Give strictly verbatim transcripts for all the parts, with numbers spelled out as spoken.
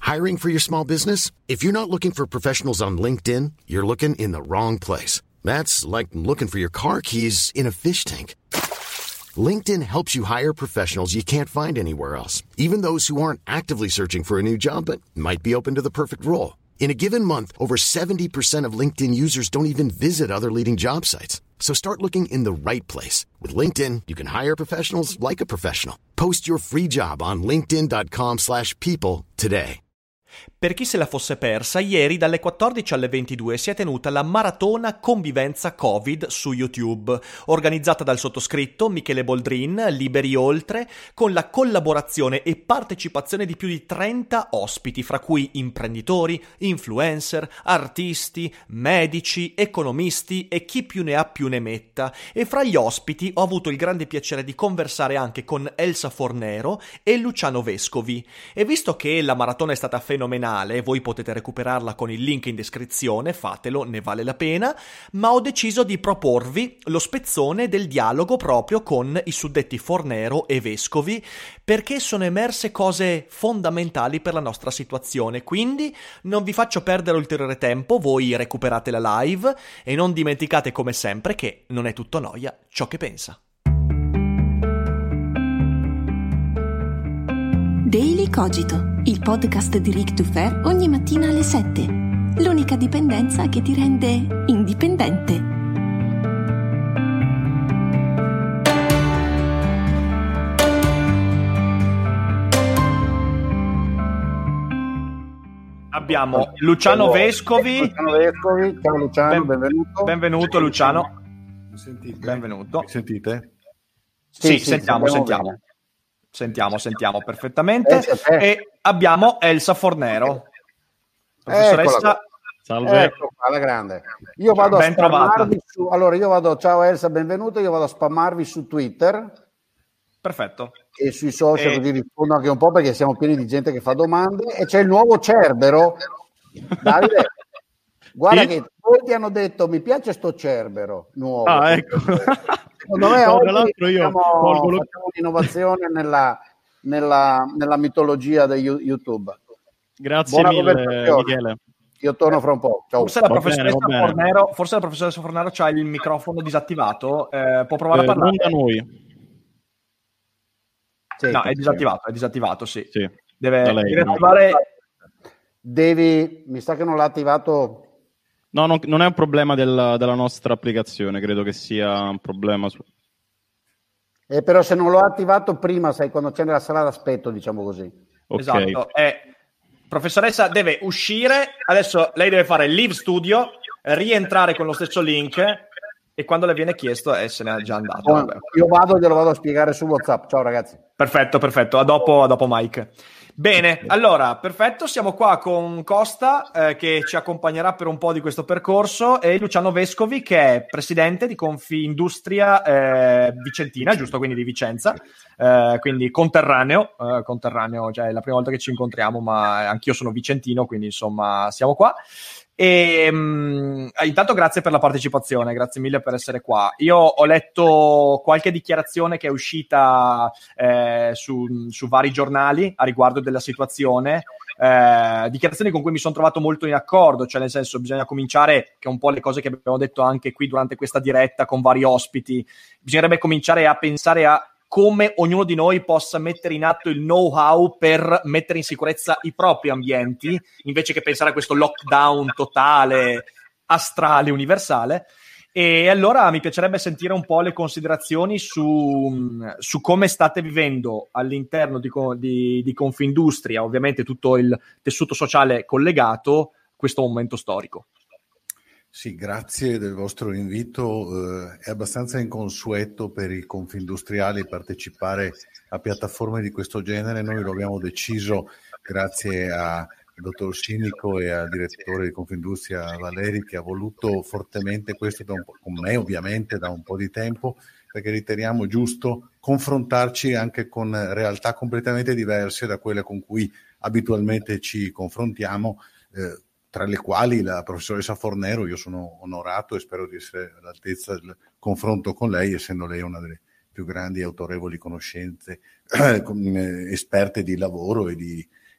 Hiring for your small business? If you're not looking for professionals on LinkedIn, you're looking in the wrong place. That's like looking for your car keys in a fish tank. LinkedIn helps you hire professionals you can't find anywhere else, even those who aren't actively searching for a new job but might be open to the perfect role. In a given month, over seventy percent of LinkedIn users don't even visit other leading job sites. So start looking in the right place. With LinkedIn, you can hire professionals like a professional. Post your free job on linkedin.com slash people today. Per chi se la fosse persa, ieri dalle quattordici alle ventidue si è tenuta la maratona Convivenza Covid su YouTube, organizzata dal sottoscritto Michele Boldrin, Liberi Oltre, con la collaborazione e partecipazione di più di trenta ospiti, fra cui imprenditori, influencer, artisti, medici, economisti e chi più ne ha più ne metta. E fra gli ospiti ho avuto il grande piacere di conversare anche con Elsa Fornero e Luciano Vescovi. E visto che la maratona è stata fenomenale, voi potete recuperarla con il link in descrizione, fatelo, ne vale la pena, ma ho deciso di proporvi lo spezzone del dialogo proprio con i suddetti Fornero e Vescovi, perché sono emerse cose fondamentali per la nostra situazione. Quindi non vi faccio perdere ulteriore tempo, voi recuperate la live e non dimenticate come sempre che non è tutto noia ciò che pensa. Daily Cogito, il podcast di Rick Dufer ogni mattina alle sette. L'unica dipendenza che ti rende indipendente. Abbiamo Luciano Vescovi. Luciano Vescovi, ciao Luciano, ben, benvenuto. Benvenuto Luciano. Mi sentite? Benvenuto. Mi sentite? Sì, Sì, sì, sì, sentiamo, sentiamo. bene. Sentiamo, sentiamo perfettamente. Eh, E abbiamo Elsa Fornero. Professoressa, Eccola. Salve. Ecco qua, la grande. Io vado Ben a spammarvi trovata. su, allora io vado, ciao Elsa, benvenuto, io vado a spammarvi su Twitter perfetto. e sui social, E- così rispondo anche un po' perché siamo pieni di gente che fa domande e c'è il nuovo Cerbero. Davide, guarda Sì? che molti hanno detto mi piace sto Cerbero nuovo. Ah, ecco. Secondo me No, oggi tra l'altro io facciamo, colgo lo- facciamo un'innovazione nella, nella, nella mitologia di You- YouTube. Grazie Buona mille, conversazione. Michele. Io torno fra un po'. Ciao. Forse la, Va professoressa bene, va bene. Fornero, forse la professoressa Fornero ha il microfono disattivato. Eh, può provare Eh, a parlare? non da noi. Sì. No, è disattivato, è disattivato, sì. Sì. Deve, Da lei, deve no. attivare... Devi, mi sa che non l'ha attivato. No, non, non è un problema della, della nostra applicazione, credo che sia un problema su... Eh, però se non l'ho attivato prima, sai, quando c'è nella sala d'aspetto, diciamo così. Ok. Esatto. Eh, professoressa deve uscire, adesso lei deve fare Leave Studio, rientrare con lo stesso link e quando le viene chiesto eh, se ne è già andato. Poi, Vabbè. io vado e glielo vado a spiegare su WhatsApp. Ciao ragazzi. Perfetto, perfetto. A dopo, a dopo Mike. Bene, allora, perfetto. Siamo qua con Costa eh, che ci accompagnerà per un po' di questo percorso e Luciano Vescovi che è presidente di Confindustria eh, Vicentina, giusto? Quindi di Vicenza, eh, quindi conterraneo, eh, conterraneo, cioè è la prima volta che ci incontriamo, ma anch'io sono vicentino, quindi insomma siamo qua. E um, intanto grazie per la partecipazione, grazie mille per essere qua. Io ho letto qualche dichiarazione che è uscita eh, su, su vari giornali a riguardo della situazione, eh, dichiarazioni con cui mi sono trovato molto in accordo, cioè nel senso bisogna cominciare, che è un po' le cose che abbiamo detto anche qui durante questa diretta con vari ospiti, bisognerebbe cominciare a pensare a come ognuno di noi possa mettere in atto il know-how per mettere in sicurezza i propri ambienti, invece che pensare a questo lockdown totale, astrale, universale. E allora mi piacerebbe sentire un po' le considerazioni su, su come state vivendo all'interno di, di, di Confindustria, ovviamente tutto il tessuto sociale collegato, questo momento storico. Sì, grazie del vostro invito. Eh, è abbastanza inconsueto per i confindustriali partecipare a piattaforme di questo genere. Noi lo abbiamo deciso grazie al dottor Sinico e al direttore di Confindustria Valeri, che ha voluto fortemente questo da un po', con me ovviamente da un po' di tempo, perché riteniamo giusto confrontarci anche con realtà completamente diverse da quelle con cui abitualmente ci confrontiamo, eh, tra le quali la professoressa Fornero. Io sono onorato e spero di essere all'altezza del confronto con lei, essendo lei una delle più grandi e autorevoli conoscenze, eh, esperte di lavoro e di,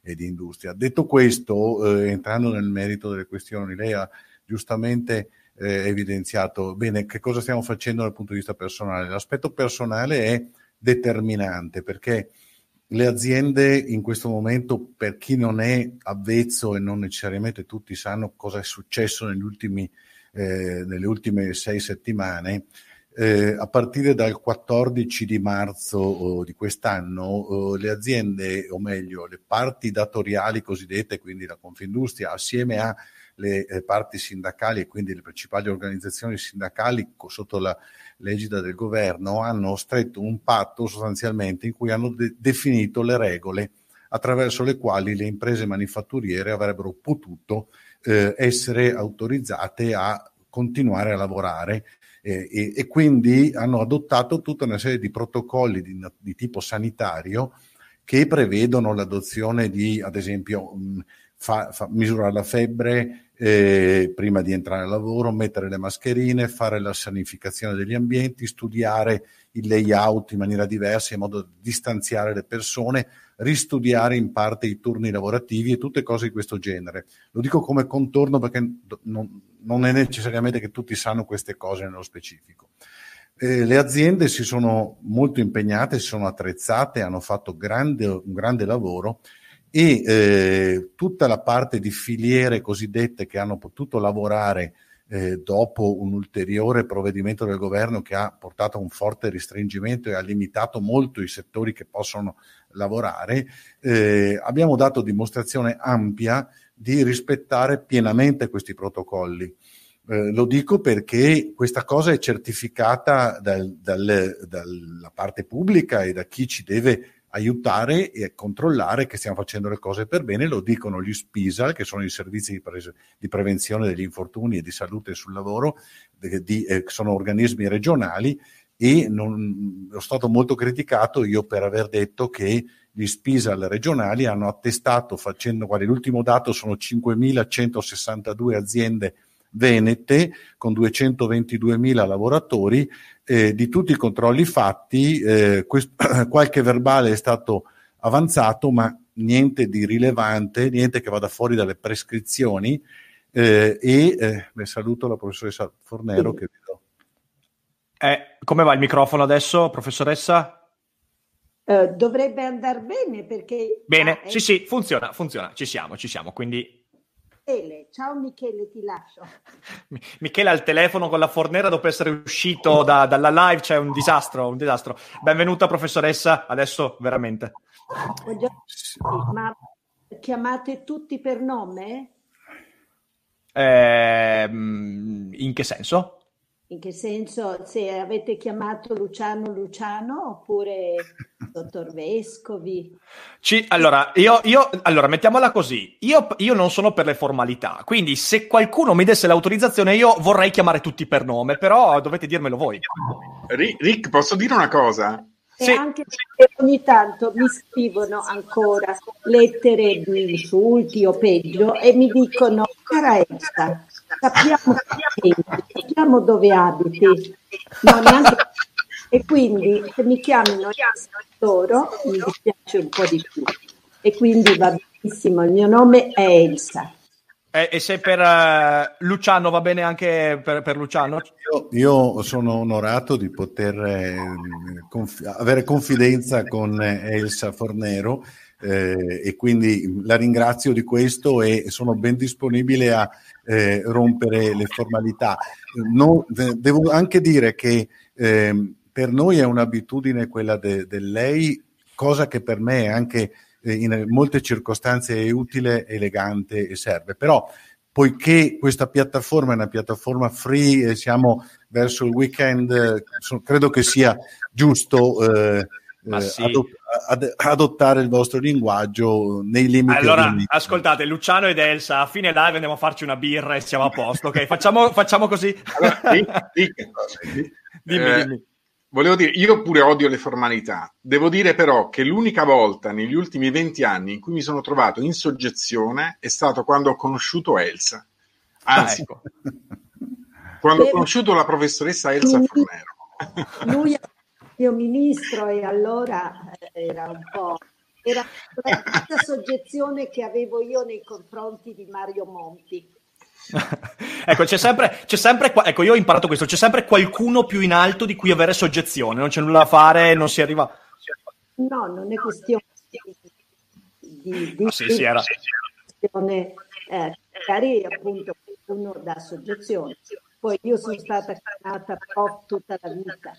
e di industria. Detto questo, eh, entrando nel merito delle questioni, lei ha giustamente eh, evidenziato bene che cosa stiamo facendo dal punto di vista personale. L'aspetto personale è determinante, perché le aziende in questo momento, per chi non è avvezzo e non necessariamente tutti sanno cosa è successo negli ultimi, eh, nelle ultime sei settimane, eh, a partire dal quattordici di marzo oh, di quest'anno, oh, le aziende, o meglio le parti datoriali cosiddette, quindi la Confindustria, assieme a le eh, parti sindacali e quindi le principali organizzazioni sindacali sotto la l'egida del governo, hanno stretto un patto sostanzialmente in cui hanno de- definito le regole attraverso le quali le imprese manifatturiere avrebbero potuto eh, essere autorizzate a continuare a lavorare eh, e, e quindi hanno adottato tutta una serie di protocolli di, di tipo sanitario che prevedono l'adozione di, ad esempio, mh, fa, fa, misurare la febbre Eh, prima di entrare al lavoro, mettere le mascherine, fare la sanificazione degli ambienti, studiare il layout in maniera diversa in modo da distanziare le persone, ristudiare in parte i turni lavorativi e tutte cose di questo genere. Lo dico come contorno perché non, non è necessariamente che tutti sanno queste cose nello specifico. Eh, le aziende si sono molto impegnate, si sono attrezzate, hanno fatto grande, un grande lavoro e eh, tutta la parte di filiere cosiddette che hanno potuto lavorare eh, dopo un ulteriore provvedimento del governo che ha portato a un forte restringimento e ha limitato molto i settori che possono lavorare, eh, abbiamo dato dimostrazione ampia di rispettare pienamente questi protocolli. Eh, lo dico perché questa cosa è certificata dal, dal, dalla parte pubblica e da chi ci deve aiutare e controllare che stiamo facendo le cose per bene. Lo dicono gli S P I S A L, che sono i servizi di, pre- di prevenzione degli infortuni e di salute sul lavoro, di, di, eh, sono organismi regionali, e non, è stato molto criticato io per aver detto che gli S P I S A L regionali hanno attestato, facendo, guardi, l'ultimo dato sono cinquemilacentosessantadue aziende venete con duecentoventiduemila lavoratori. Eh, di tutti i controlli fatti, eh, quest- qualche verbale è stato avanzato, ma niente di rilevante, niente che vada fuori dalle prescrizioni. Eh, e eh, beh, saluto la professoressa Fornero che vedo. Eh, come va il microfono adesso, professoressa? Uh, dovrebbe andare bene perché... Bene, ah, sì, sì, funziona, funziona, ci siamo, ci siamo, quindi... Michele, ciao Michele, ti lascio. Michele al telefono con la Fornera dopo essere uscito da, dalla live, c'è un disastro, un disastro. Benvenuta professoressa, adesso veramente. Buongiorno, ma chiamate tutti per nome? Eh, in che senso? In che senso? Se avete chiamato Luciano Luciano oppure dottor Vescovi? Ci, allora, io, io, allora, mettiamola così. Io, io non sono per le formalità, quindi se qualcuno mi desse l'autorizzazione io vorrei chiamare tutti per nome, però dovete dirmelo voi. Rick, posso dire una cosa? E sì. Anche perché ogni tanto mi scrivono ancora lettere di insulti o peggio e mi dicono: cara Elsa, sappiamo che sappiamo dove abiti, no, neanche... e quindi se mi chiamano loro mi dispiace un po' di più, e quindi va benissimo, il mio nome è Elsa. E, e se per uh, Luciano va bene anche per, per Luciano? Io, io sono onorato di poter eh, conf- avere confidenza con Elsa Fornero, eh, e quindi la ringrazio di questo e sono ben disponibile a eh, rompere le formalità. Non, devo anche dire che eh, per noi è un'abitudine quella del de lei, cosa che per me è anche in molte circostanze è utile, elegante e serve. Però poiché questa piattaforma è una piattaforma free e siamo verso il weekend, eh, so, credo che sia giusto eh, eh, sì. adott- ad- adottare il vostro linguaggio nei limiti. Allora, ascoltate, Luciano ed Elsa, a fine live andiamo a farci una birra e siamo a posto, ok? Facciamo, facciamo così. Allora, Rick, Rick, dimmi, eh, dimmi. Volevo dire, io pure odio le formalità. Devo dire però che l'unica volta negli ultimi venti anni in cui mi sono trovato in soggezione è stato quando ho conosciuto Elsa. Anzi, ah, ecco. quando ho conosciuto la professoressa Elsa Fornero. Lui è il mio ministro e allora era un po'... Era la stessa soggezione che avevo io nei confronti di Mario Monti. Ecco, c'è sempre, c'è sempre, ecco, io ho imparato questo, c'è sempre qualcuno più in alto di cui avere soggezione, non c'è nulla da fare, non si arriva. No, non è questione di, di, di, ah, sì, sì, era. questione, eh, magari appunto uno da soggezione. Poi io sono stata chiamata prof tutta la vita,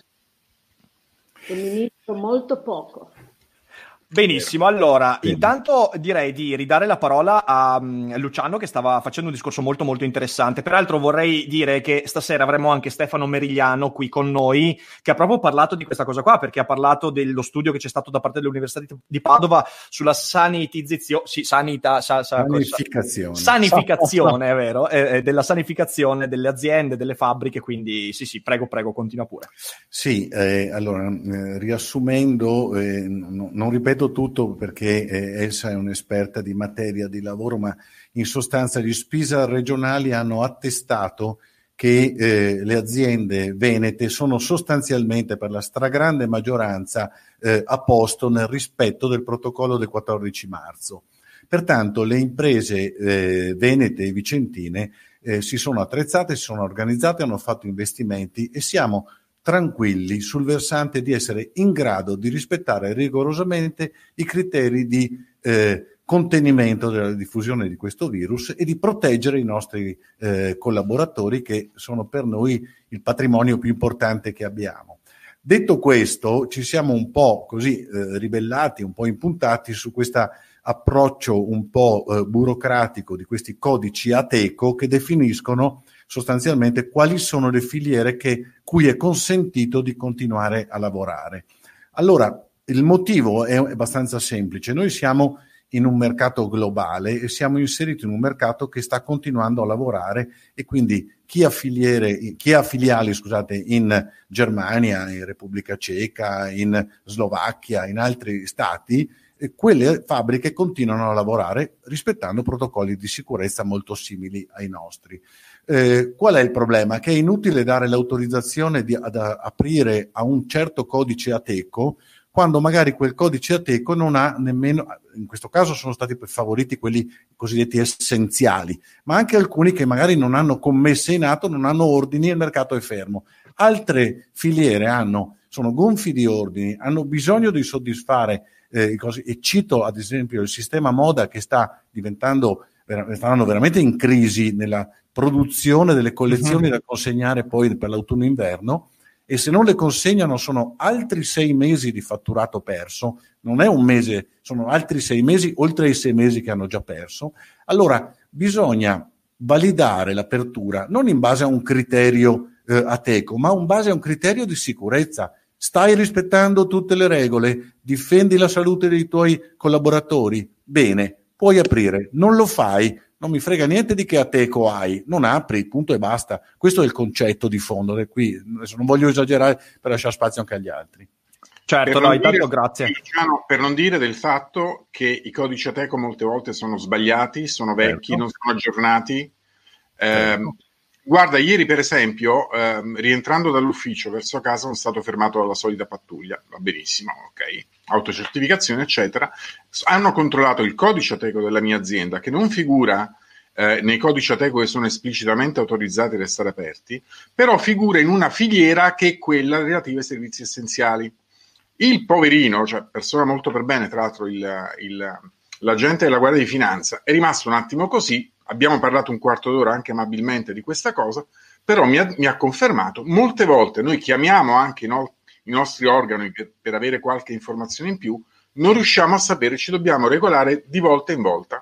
femminista molto poco. Benissimo, allora intanto direi di ridare la parola a um, Luciano che stava facendo un discorso molto molto interessante. Peraltro vorrei dire che stasera avremo anche Stefano Merigliano qui con noi che ha proprio parlato di questa cosa qua, perché ha parlato dello studio che c'è stato da parte dell'Università di, di Padova sulla sanitizzazione, sì, sanita, sa, sa, sanificazione, sanificazione è vero, eh, eh, della sanificazione delle aziende, delle fabbriche, quindi sì sì, prego prego, continua pure. Sì, eh, allora eh, riassumendo, eh, no, non ripeto tutto perché eh, Elsa è un'esperta di materia di lavoro, ma in sostanza gli S P I S A regionali hanno attestato che eh, le aziende venete sono sostanzialmente per la stragrande maggioranza eh, a posto nel rispetto del protocollo del quattordici marzo. Pertanto le imprese eh, venete e vicentine eh, si sono attrezzate, si sono organizzate, hanno fatto investimenti e siamo tranquilli sul versante di essere in grado di rispettare rigorosamente i criteri di eh, contenimento della diffusione di questo virus e di proteggere i nostri eh, collaboratori, che sono per noi il patrimonio più importante che abbiamo. Detto questo, ci siamo un po' così eh, ribellati, un po' impuntati su questo approccio un po' eh, burocratico di questi codici Ateco che definiscono sostanzialmente quali sono le filiere che, cui è consentito di continuare a lavorare. Allora, il motivo è abbastanza semplice. Noi siamo in un mercato globale e siamo inseriti in un mercato che sta continuando a lavorare e quindi chi ha filiere, chi ha filiali, scusate, in Germania, in Repubblica Ceca, in Slovacchia, in altri stati, eh, quelle fabbriche continuano a lavorare rispettando protocolli di sicurezza molto simili ai nostri. Eh, qual è il problema? Che è inutile dare l'autorizzazione di, ad a, aprire a un certo codice Ateco quando magari quel codice Ateco non ha nemmeno, in questo caso sono stati favoriti quelli cosiddetti essenziali, ma anche alcuni che magari non hanno commesse in atto, non hanno ordini e il mercato è fermo. Altre filiere hanno, sono gonfi di ordini, hanno bisogno di soddisfare eh, cose, e cito ad esempio il sistema moda che sta diventando, stanno veramente in crisi nella produzione delle collezioni uh-huh. da consegnare poi per l'autunno-inverno, e se non le consegnano sono altri sei mesi di fatturato perso, non è un mese, sono altri sei mesi oltre ai sei mesi che hanno già perso. Allora bisogna validare l'apertura non in base a un criterio eh, Ateco, ma in base a un criterio di sicurezza. Stai rispettando tutte le regole, difendi la salute dei tuoi collaboratori, bene, puoi aprire. Non lo fai, non mi frega niente di che Ateco hai, non apri, punto e basta. Questo è il concetto di fondo, e qui adesso non voglio esagerare per lasciare spazio anche agli altri. Certo, no, intanto grazie. Diciamo, per non dire del fatto che i codici Ateco molte volte sono sbagliati, sono vecchi, certo. non sono aggiornati. Eh, certo. Guarda, ieri per esempio, ehm, rientrando dall'ufficio verso casa sono stato fermato dalla solita pattuglia, va benissimo, ok, autocertificazione eccetera, hanno controllato il codice Ateco della mia azienda che non figura eh, nei codici Ateco che sono esplicitamente autorizzati a restare aperti, però figura in una filiera che è quella relativa ai servizi essenziali. Il poverino, cioè persona molto per bene, tra l'altro il, il, l'agente della Guardia di Finanza, è rimasto un attimo così. Abbiamo parlato un quarto d'ora anche amabilmente di questa cosa, però mi ha, mi ha confermato. Molte volte noi chiamiamo anche i, no, i nostri organi per, per avere qualche informazione in più, non riusciamo a sapere, ci dobbiamo regolare di volta in volta.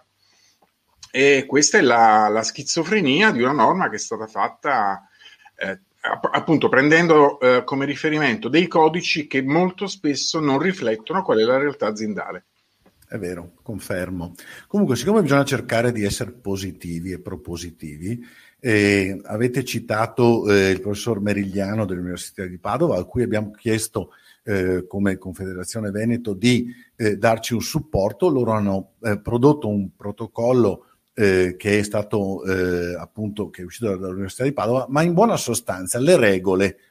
E questa è la, la schizofrenia di una norma che è stata fatta eh, appunto prendendo eh, come riferimento dei codici che molto spesso non riflettono qual è la realtà aziendale. È vero, confermo. Comunque, siccome bisogna cercare di essere positivi e propositivi, eh, avete citato eh, il professor Merigliano dell'Università di Padova, a cui abbiamo chiesto eh, come Confederazione Veneto di eh, darci un supporto. Loro hanno eh, prodotto un protocollo eh, che è stato eh, appunto che è uscito dall'Università di Padova, ma in buona sostanza le regole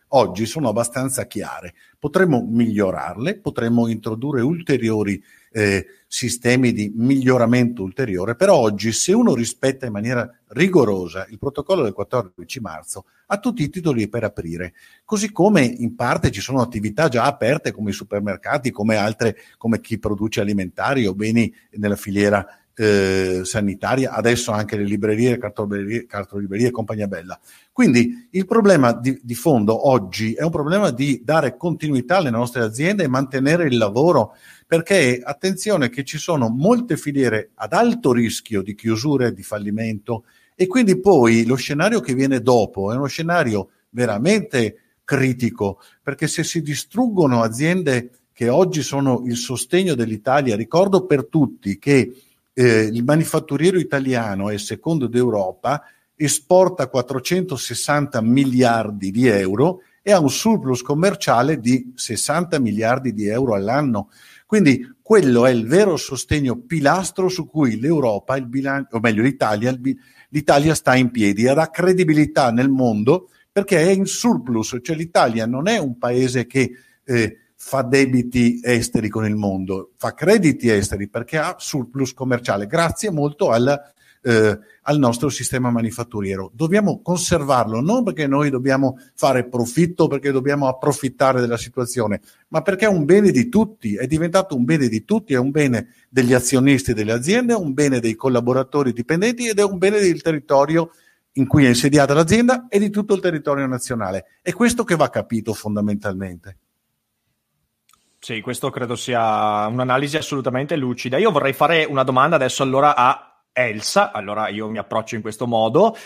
oggi sono abbastanza chiare. Potremmo migliorarle, potremmo introdurre ulteriori eh, sistemi di miglioramento ulteriore, però oggi se uno rispetta in maniera rigorosa il protocollo del quattordici marzo ha tutti i titoli per aprire, così come in parte ci sono attività già aperte come i supermercati, come altre, come chi produce alimentari o beni nella filiera Eh, sanitaria, adesso anche le librerie, cartolibrerie, cartolibrerie e compagnia bella. Quindi il problema di, di fondo oggi è un problema di dare continuità alle nostre aziende e mantenere il lavoro, perché attenzione che ci sono molte filiere ad alto rischio di chiusura e di fallimento, e quindi poi lo scenario che viene dopo è uno scenario veramente critico, perché se si distruggono aziende che oggi sono il sostegno dell'Italia, ricordo per tutti che Eh, il manifatturiero italiano è il secondo d'Europa, esporta quattrocentosessanta miliardi di euro e ha un surplus commerciale di sessanta miliardi di euro all'anno. Quindi quello è il vero sostegno pilastro su cui l'Europa, il bilancio, o meglio l'Italia, il, l'Italia sta in piedi e ha credibilità nel mondo perché è in surplus, cioè l'Italia non è un paese che eh, fa debiti esteri con il mondo, fa crediti esteri perché ha surplus commerciale, grazie molto al, eh, al nostro sistema manifatturiero. Dobbiamo conservarlo, non perché noi dobbiamo fare profitto, perché dobbiamo approfittare della situazione, ma perché è un bene di tutti, è diventato un bene di tutti, è un bene degli azionisti delle aziende, è un bene dei collaboratori dipendenti ed è un bene del territorio in cui è insediata l'azienda e di tutto il territorio nazionale. È questo che va capito fondamentalmente. Sì, questo credo sia un'analisi assolutamente lucida. Io vorrei fare una domanda adesso allora a Elsa, allora io mi approccio in questo modo.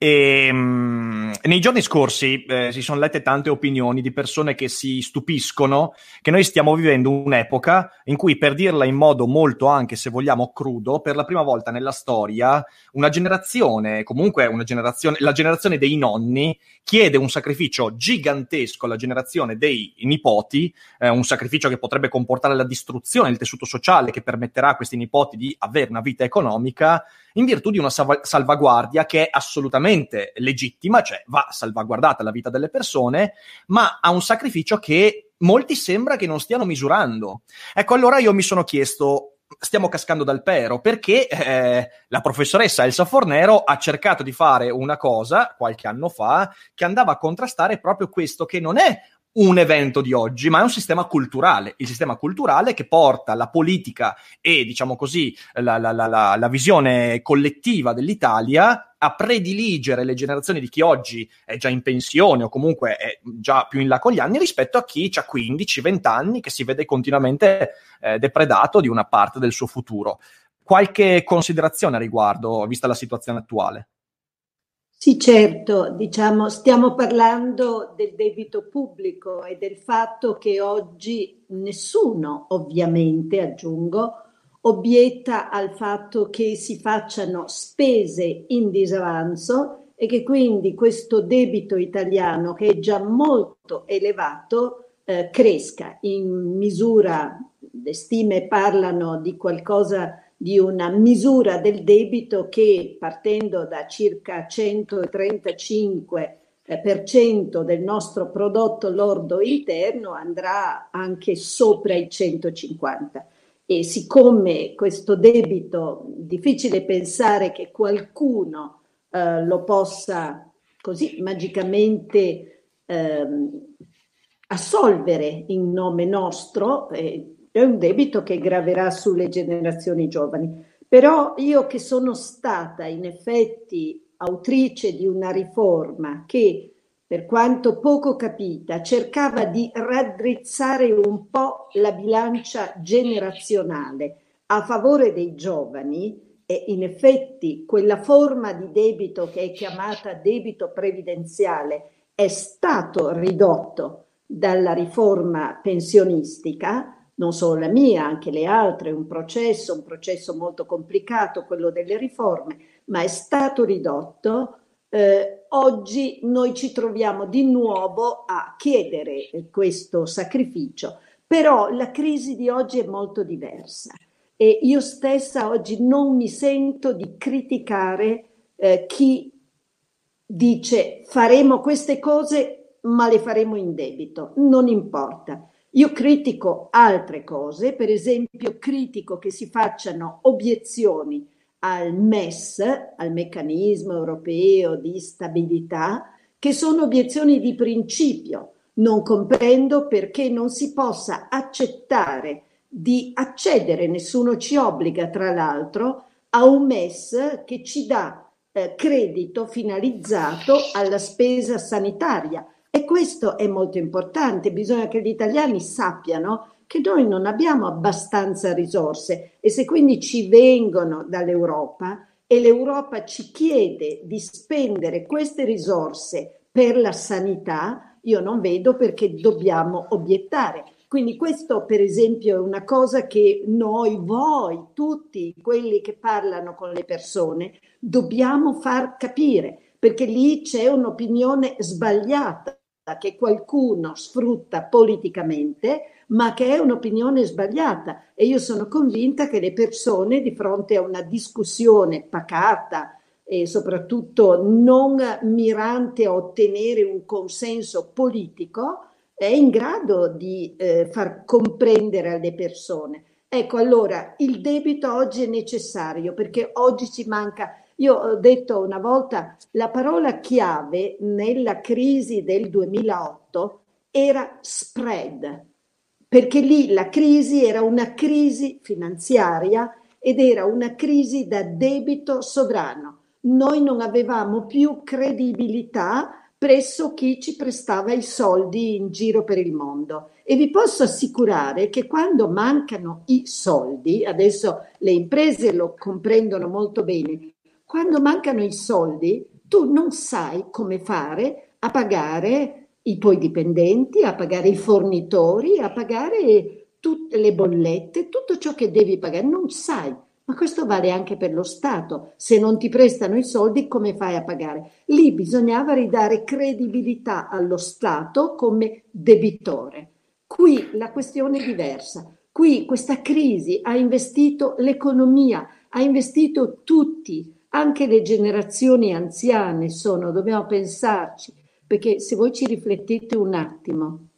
E, um, nei giorni scorsi eh, si sono lette tante opinioni di persone che si stupiscono che noi stiamo vivendo un'epoca in cui, per dirla in modo molto, anche se vogliamo, crudo, per la prima volta nella storia una generazione, comunque una generazione, la generazione dei nonni chiede un sacrificio gigantesco alla generazione dei nipoti, eh, un sacrificio che potrebbe comportare la distruzione del tessuto sociale che permetterà a questi nipoti di avere una vita economica, in virtù di una salv- salvaguardia che è assolutamente legittima, cioè va salvaguardata la vita delle persone, ma ha un sacrificio che molti sembra che non stiano misurando. Ecco, allora io mi sono chiesto, stiamo cascando dal pero, perché eh, la professoressa Elsa Fornero ha cercato di fare una cosa qualche anno fa che andava a contrastare proprio questo, che non è un evento di oggi, ma è un sistema culturale, il sistema culturale che porta la politica e, diciamo così, la, la, la, la visione collettiva dell'Italia a prediligere le generazioni di chi oggi è già in pensione o comunque è già più in là con gli anni rispetto a chi ha quindici venti anni, che si vede continuamente eh, depredato di una parte del suo futuro. Qualche considerazione a riguardo, vista la situazione attuale? Sì, certo, diciamo, stiamo parlando del debito pubblico e del fatto che oggi nessuno, ovviamente, aggiungo, obietta al fatto che si facciano spese in disavanzo e che quindi questo debito italiano, che è già molto elevato, eh, cresca in misura, le stime parlano di qualcosa di una misura del debito che, partendo da circa centotrentacinque per cento del nostro prodotto lordo interno, andrà anche sopra i centocinquanta. E siccome questo debito, difficile pensare che qualcuno eh, lo possa così magicamente eh, assolvere in nome nostro, eh, è un debito che graverà sulle generazioni giovani. Però io, che sono stata in effetti autrice di una riforma che, per quanto poco capita, cercava di raddrizzare un po' la bilancia generazionale a favore dei giovani, e in effetti quella forma di debito che è chiamata debito previdenziale è stato ridotto dalla riforma pensionistica, non solo la mia, anche le altre, un processo, un processo molto complicato, quello delle riforme, ma è stato ridotto. Eh, oggi noi ci troviamo di nuovo a chiedere questo sacrificio, però la crisi di oggi è molto diversa e io stessa oggi non mi sento di criticare eh, chi dice faremo queste cose ma le faremo in debito, non importa. Io critico altre cose, per esempio critico che si facciano obiezioni al M E S, al meccanismo europeo di stabilità, che sono obiezioni di principio. Non comprendo perché non si possa accettare di accedere, nessuno ci obbliga tra l'altro, a un M E S che ci dà eh, credito finalizzato alla spesa sanitaria. E questo è molto importante, bisogna che gli italiani sappiano che noi non abbiamo abbastanza risorse e se quindi ci vengono dall'Europa e l'Europa ci chiede di spendere queste risorse per la sanità, io non vedo perché dobbiamo obiettare. Quindi questo per esempio è una cosa che noi, voi, tutti quelli che parlano con le persone dobbiamo far capire, perché lì c'è un'opinione sbagliata che qualcuno sfrutta politicamente, ma che è un'opinione sbagliata e io sono convinta che le persone di fronte a una discussione pacata e soprattutto non mirante a ottenere un consenso politico è in grado di eh, far comprendere alle persone. Ecco, allora il debito oggi è necessario perché oggi ci manca. Io ho detto una volta la parola chiave nella crisi del duemilaotto era spread, perché lì la crisi era una crisi finanziaria ed era una crisi da debito sovrano. Noi non avevamo più credibilità presso chi ci prestava i soldi in giro per il mondo e vi posso assicurare che quando mancano i soldi, adesso le imprese lo comprendono molto bene, quando mancano i soldi tu non sai come fare a pagare i tuoi dipendenti, a pagare i fornitori, a pagare tutte le bollette, tutto ciò che devi pagare, non sai. Ma questo vale anche per lo Stato. Se non ti prestano i soldi, come fai a pagare? Lì bisognava ridare credibilità allo Stato come debitore. Qui la questione è diversa. Qui questa crisi ha investito l'economia, ha investito tutti, anche le generazioni anziane sono, dobbiamo pensarci, perché se voi ci riflettete un attimo,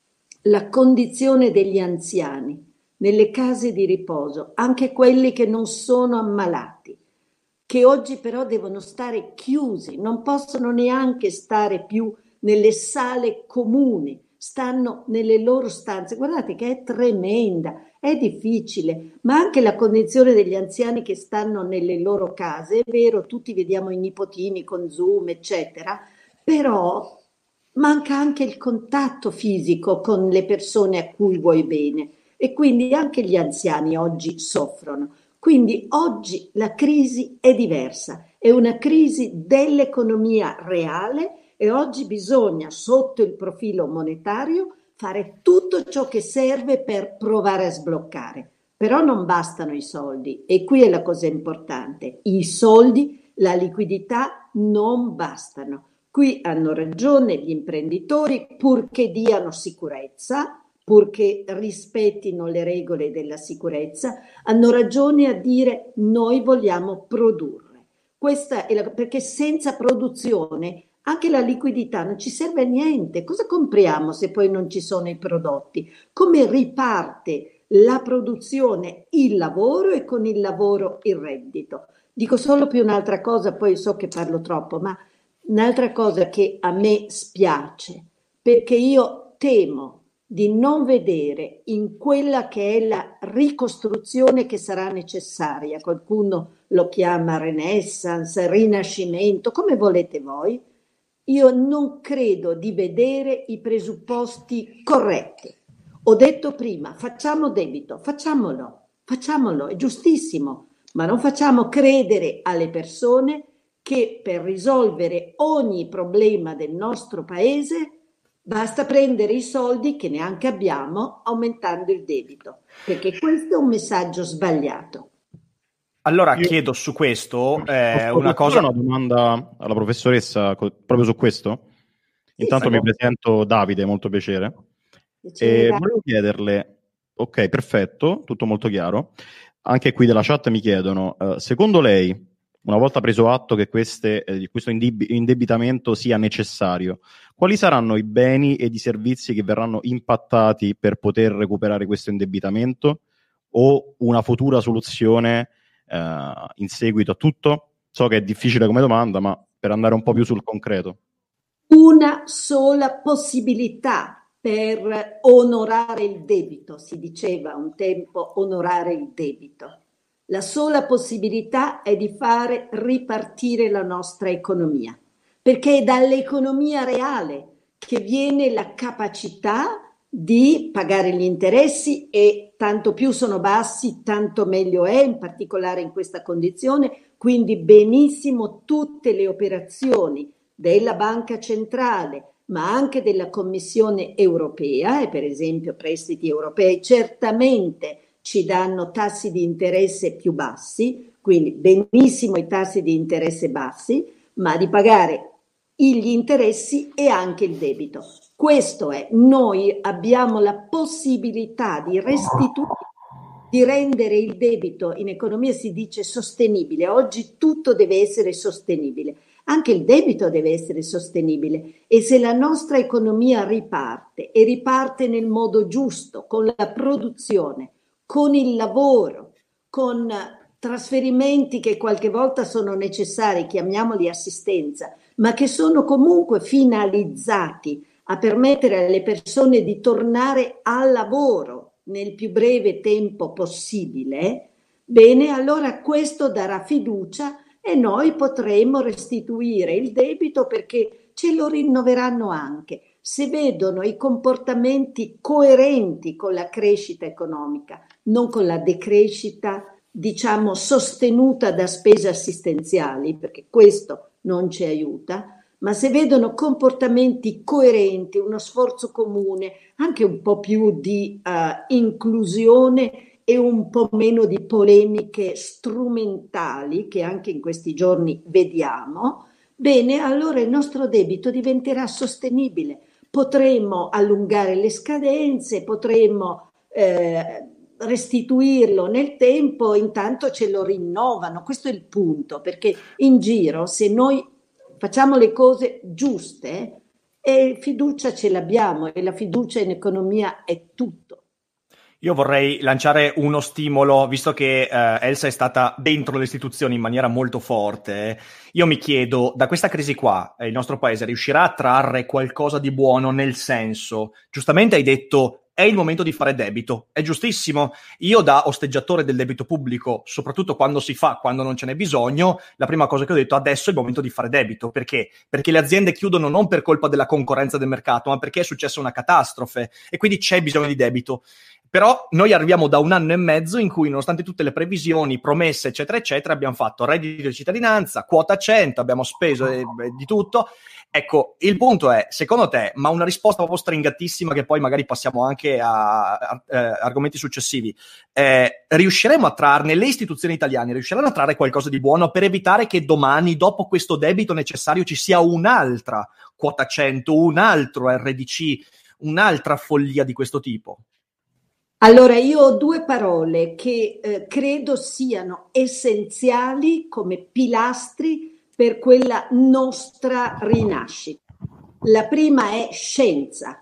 la condizione degli anziani nelle case di riposo, anche quelli che non sono ammalati, che oggi però devono stare chiusi, non possono neanche stare più nelle sale comuni, stanno nelle loro stanze. Guardate che è tremenda, è difficile, ma anche la condizione degli anziani che stanno nelle loro case, è vero, tutti vediamo i nipotini con Zoom, eccetera, però manca anche il contatto fisico con le persone a cui vuoi bene. E quindi anche gli anziani oggi soffrono. Quindi oggi la crisi è diversa, è una crisi dell'economia reale e oggi bisogna, sotto il profilo monetario, fare tutto ciò che serve per provare a sbloccare. Però non bastano i soldi e qui è la cosa importante. I soldi, la liquidità non bastano. Qui hanno ragione gli imprenditori purché diano sicurezza, purché rispettino le regole della sicurezza, hanno ragione a dire noi vogliamo produrre. Questa è la, perché senza produzione anche la liquidità non ci serve a niente. Cosa compriamo se poi non ci sono i prodotti? Come riparte la produzione, il lavoro e con il lavoro il reddito? Dico solo più un'altra cosa, poi so che parlo troppo, ma un'altra cosa che a me spiace, perché io temo di non vedere in quella che è la ricostruzione che sarà necessaria, qualcuno lo chiama renaissance, rinascimento, come volete voi, io non credo di vedere i presupposti corretti. Ho detto prima, facciamo debito, facciamolo, facciamolo, è giustissimo, ma non facciamo credere alle persone che per risolvere ogni problema del nostro paese basta prendere i soldi che neanche abbiamo aumentando il debito, perché questo è un messaggio sbagliato. Allora Io... chiedo su questo eh, una cosa. Una domanda alla professoressa proprio su questo. Intanto sì, mi presento Davide, molto piacere. piacere. E volevo chiederle, ok, perfetto, tutto molto chiaro. Anche qui della chat mi chiedono, uh, secondo lei una volta preso atto che queste, eh, questo indib- indebitamento sia necessario, quali saranno i beni ed i servizi che verranno impattati per poter recuperare questo indebitamento, o una futura soluzione eh, in seguito a tutto? So che è difficile come domanda, ma per andare un po' più sul concreto. Una sola possibilità per onorare il debito, si diceva un tempo onorare il debito. La sola possibilità è di fare ripartire la nostra economia, perché è dall'economia reale che viene la capacità di pagare gli interessi, e tanto più sono bassi, tanto meglio è, in particolare in questa condizione. Quindi benissimo tutte le operazioni della Banca Centrale, ma anche della Commissione Europea, e per esempio prestiti europei certamente ci danno tassi di interesse più bassi, quindi benissimo i tassi di interesse bassi, ma di pagare gli interessi e anche il debito. Questo è, noi abbiamo la possibilità di restituire, di rendere il debito, in economia si dice sostenibile, oggi tutto deve essere sostenibile, anche il debito deve essere sostenibile, e se la nostra economia riparte e riparte nel modo giusto, con la produzione, con il lavoro, con trasferimenti che qualche volta sono necessari, chiamiamoli assistenza, ma che sono comunque finalizzati a permettere alle persone di tornare al lavoro nel più breve tempo possibile, bene, allora questo darà fiducia e noi potremo restituire il debito, perché ce lo rinnoveranno anche se vedono i comportamenti coerenti con la crescita economica, non con la decrescita, diciamo, sostenuta da spese assistenziali, perché questo non ci aiuta, ma se vedono comportamenti coerenti, uno sforzo comune, anche un po' più di uh, inclusione e un po' meno di polemiche strumentali che anche in questi giorni vediamo, bene, allora il nostro debito diventerà sostenibile. Potremo allungare le scadenze, potremo eh, restituirlo nel tempo, intanto ce lo rinnovano. Questo è il punto, perché in giro, se noi facciamo le cose giuste, e fiducia ce l'abbiamo, e la fiducia in economia è tutto. Io vorrei lanciare uno stimolo, visto che eh, Elsa è stata dentro le istituzioni in maniera molto forte. Io mi chiedo, da questa crisi qua, eh, il nostro paese riuscirà a trarre qualcosa di buono, nel senso, giustamente hai detto, è il momento di fare debito, è giustissimo. Io da osteggiatore del debito pubblico, soprattutto quando si fa, quando non ce n'è bisogno, la prima cosa che ho detto, adesso è il momento di fare debito. Perché? Perché le aziende chiudono non per colpa della concorrenza del mercato, ma perché è successa una catastrofe e quindi c'è bisogno di debito. Però noi arriviamo da un anno e mezzo in cui, nonostante tutte le previsioni, promesse, eccetera, eccetera, abbiamo fatto reddito di cittadinanza, quota cento, abbiamo speso eh, di tutto. Ecco, il punto è, secondo te, ma una risposta proprio stringatissima, che poi magari passiamo anche a, a, a, a argomenti successivi, eh, riusciremo a trarne, le istituzioni italiane riusciranno a trarre qualcosa di buono per evitare che domani, dopo questo debito necessario, ci sia un'altra quota cento, un altro R D C, un'altra follia di questo tipo? Allora, io ho due parole che eh, credo siano essenziali come pilastri per quella nostra rinascita. La prima è scienza.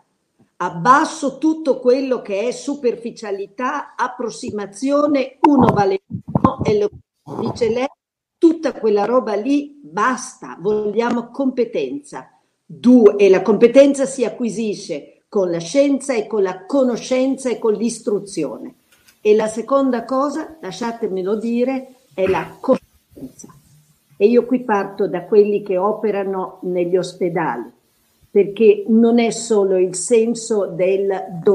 Abbasso tutto quello che è superficialità, approssimazione, uno vale uno e lo dice lei, tutta quella roba lì basta, vogliamo competenza. Due, e la competenza si acquisisce con la scienza e con la conoscenza e con l'istruzione. E la seconda cosa, lasciatemelo dire, è la coscienza. E io qui parto da quelli che operano negli ospedali, perché non è solo il senso del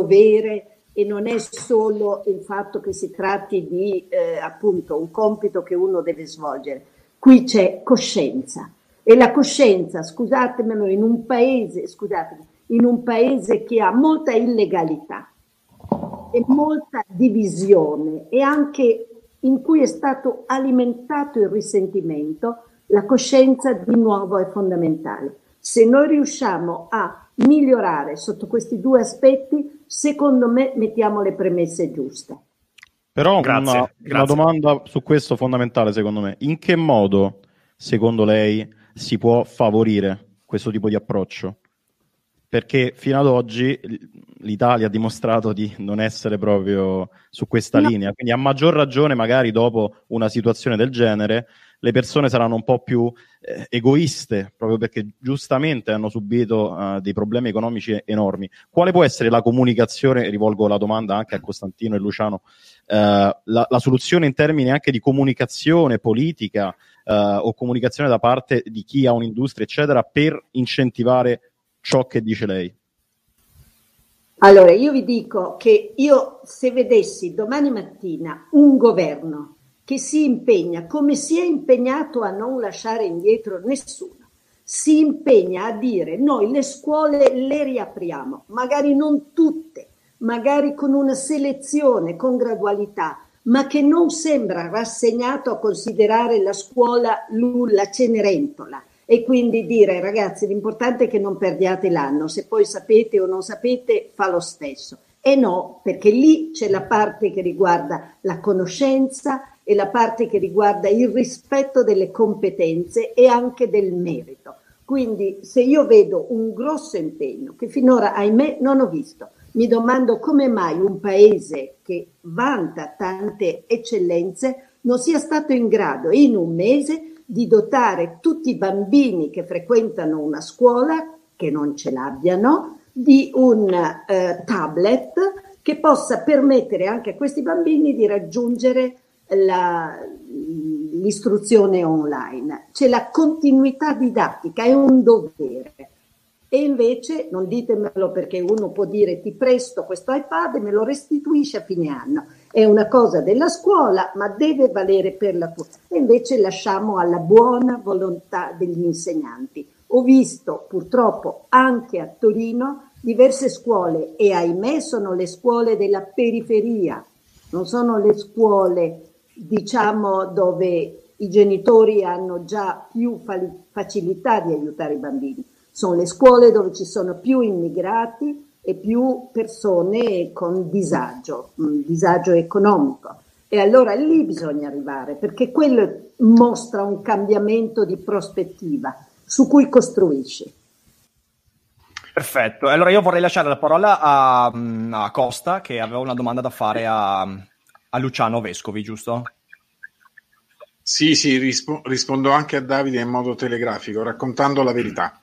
dovere e non è solo il fatto che si tratti di eh, appunto un compito che uno deve svolgere. Qui c'è coscienza. E la coscienza, scusatemelo, in un paese, scusatemi, in un paese che ha molta illegalità e molta divisione e anche in cui è stato alimentato il risentimento, la coscienza di nuovo è fondamentale. Se noi riusciamo a migliorare sotto questi due aspetti, secondo me mettiamo le premesse giuste. Però Grazie, una, grazie. una domanda su questo fondamentale secondo me. In che modo, secondo lei, si può favorire questo tipo di approccio? Perché fino ad oggi l'Italia ha dimostrato di non essere proprio su questa No. linea, quindi a maggior ragione magari dopo una situazione del genere le persone saranno un po' più eh, egoiste, proprio perché giustamente hanno subito uh, dei problemi economici enormi. Quale può essere la comunicazione, rivolgo la domanda anche a Costantino e Luciano, uh, la, la soluzione in termini anche di comunicazione politica uh, o comunicazione da parte di chi ha un'industria, eccetera, per incentivare ciò che dice lei? Allora, io vi dico che io se vedessi domani mattina un governo che si impegna, come si è impegnato a non lasciare indietro nessuno, si impegna a dire noi le scuole le riapriamo, magari non tutte, magari con una selezione, con gradualità, ma che non sembra rassegnato a considerare la scuola la Cenerentola. E quindi dire ragazzi l'importante è che non perdiate l'anno, se poi sapete o non sapete fa lo stesso. E no, perché lì c'è la parte che riguarda la conoscenza e la parte che riguarda il rispetto delle competenze e anche del merito. Quindi se io vedo un grosso impegno che finora ahimè non ho visto, mi domando come mai un paese che vanta tante eccellenze non sia stato in grado in un mese di dotare tutti i bambini che frequentano una scuola, che non ce l'abbiano, di un eh, tablet che possa permettere anche a questi bambini di raggiungere la, l'istruzione online. C'è la continuità didattica, è un dovere. E invece, non ditemelo perché uno può dire ti presto questo iPad e me lo restituisci a fine anno. È una cosa della scuola, ma deve valere per la tua. E invece lasciamo alla buona volontà degli insegnanti. Ho visto purtroppo anche a Torino diverse scuole e ahimè sono le scuole della periferia, non sono le scuole diciamo dove i genitori hanno già più facilità di aiutare i bambini. Sono le scuole dove ci sono più immigrati e più persone con disagio, un disagio economico. E allora lì bisogna arrivare, perché quello mostra un cambiamento di prospettiva su cui costruisci. Perfetto, allora io vorrei lasciare la parola a, a Costa, che aveva una domanda da fare a, a Luciano Vescovi, giusto? Sì, sì, rispo- rispondo anche a Davide in modo telegrafico, raccontando la verità.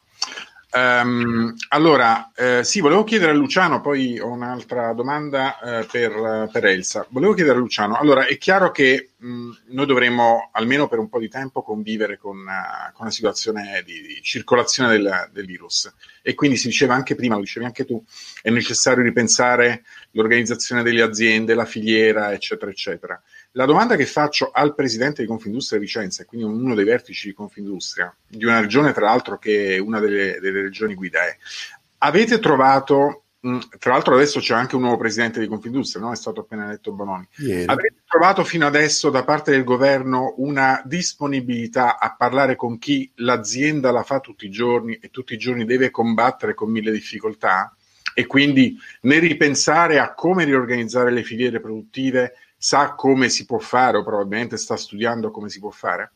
Um, allora, eh, sì, volevo chiedere a Luciano, poi ho un'altra domanda eh, per, per Elsa. Volevo chiedere a Luciano, allora è chiaro che mh, noi dovremmo almeno per un po' di tempo convivere con, uh, con una situazione di, di circolazione del, del virus e quindi si diceva anche prima, lo dicevi anche tu, è necessario ripensare l'organizzazione delle aziende, la filiera, eccetera, eccetera. La domanda che faccio al presidente di Confindustria Vicenza, e quindi uno dei vertici di Confindustria, di una regione tra l'altro che è una delle, delle regioni guida, è: avete trovato, mh, tra l'altro adesso c'è anche un nuovo presidente di Confindustria, no? È stato appena eletto Bononi. Ieri. Avete trovato fino adesso da parte del governo una disponibilità a parlare con chi l'azienda la fa tutti i giorni e tutti i giorni deve combattere con mille difficoltà? E quindi nel ripensare a come riorganizzare le filiere produttive sa come si può fare o probabilmente sta studiando come si può fare?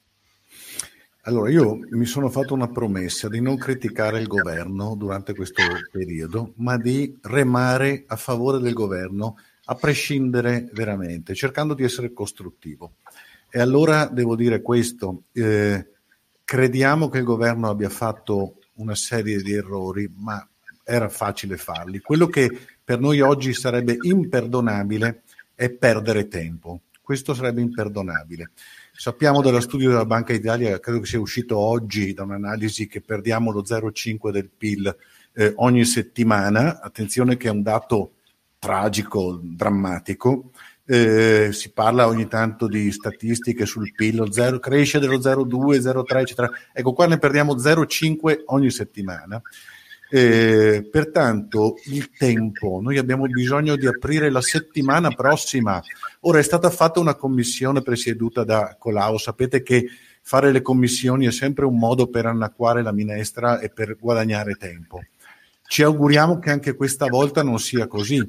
Allora, io mi sono fatto una promessa di non criticare il governo durante questo periodo, ma di remare a favore del governo a prescindere veramente, cercando di essere costruttivo. E allora devo dire questo, eh, crediamo che il governo abbia fatto una serie di errori, ma era facile farli. Quello che per noi oggi sarebbe imperdonabile è perdere tempo. Questo sarebbe imperdonabile. Sappiamo dallo studio della Banca Italia, credo che sia uscito oggi da un'analisi, che perdiamo lo zero virgola cinque del P I L eh, ogni settimana. Attenzione che è un dato tragico, drammatico. Eh, si parla ogni tanto di statistiche sul P I L, lo zero, cresce dello zero virgola due, zero virgola tre, eccetera. Ecco, qua ne perdiamo zero virgola cinque ogni settimana. Eh, pertanto il tempo, noi abbiamo bisogno di aprire la settimana prossima. Ora è stata fatta una commissione presieduta da Colau, sapete che fare le commissioni è sempre un modo per annacquare la minestra e per guadagnare tempo. Ci auguriamo che anche questa volta non sia così.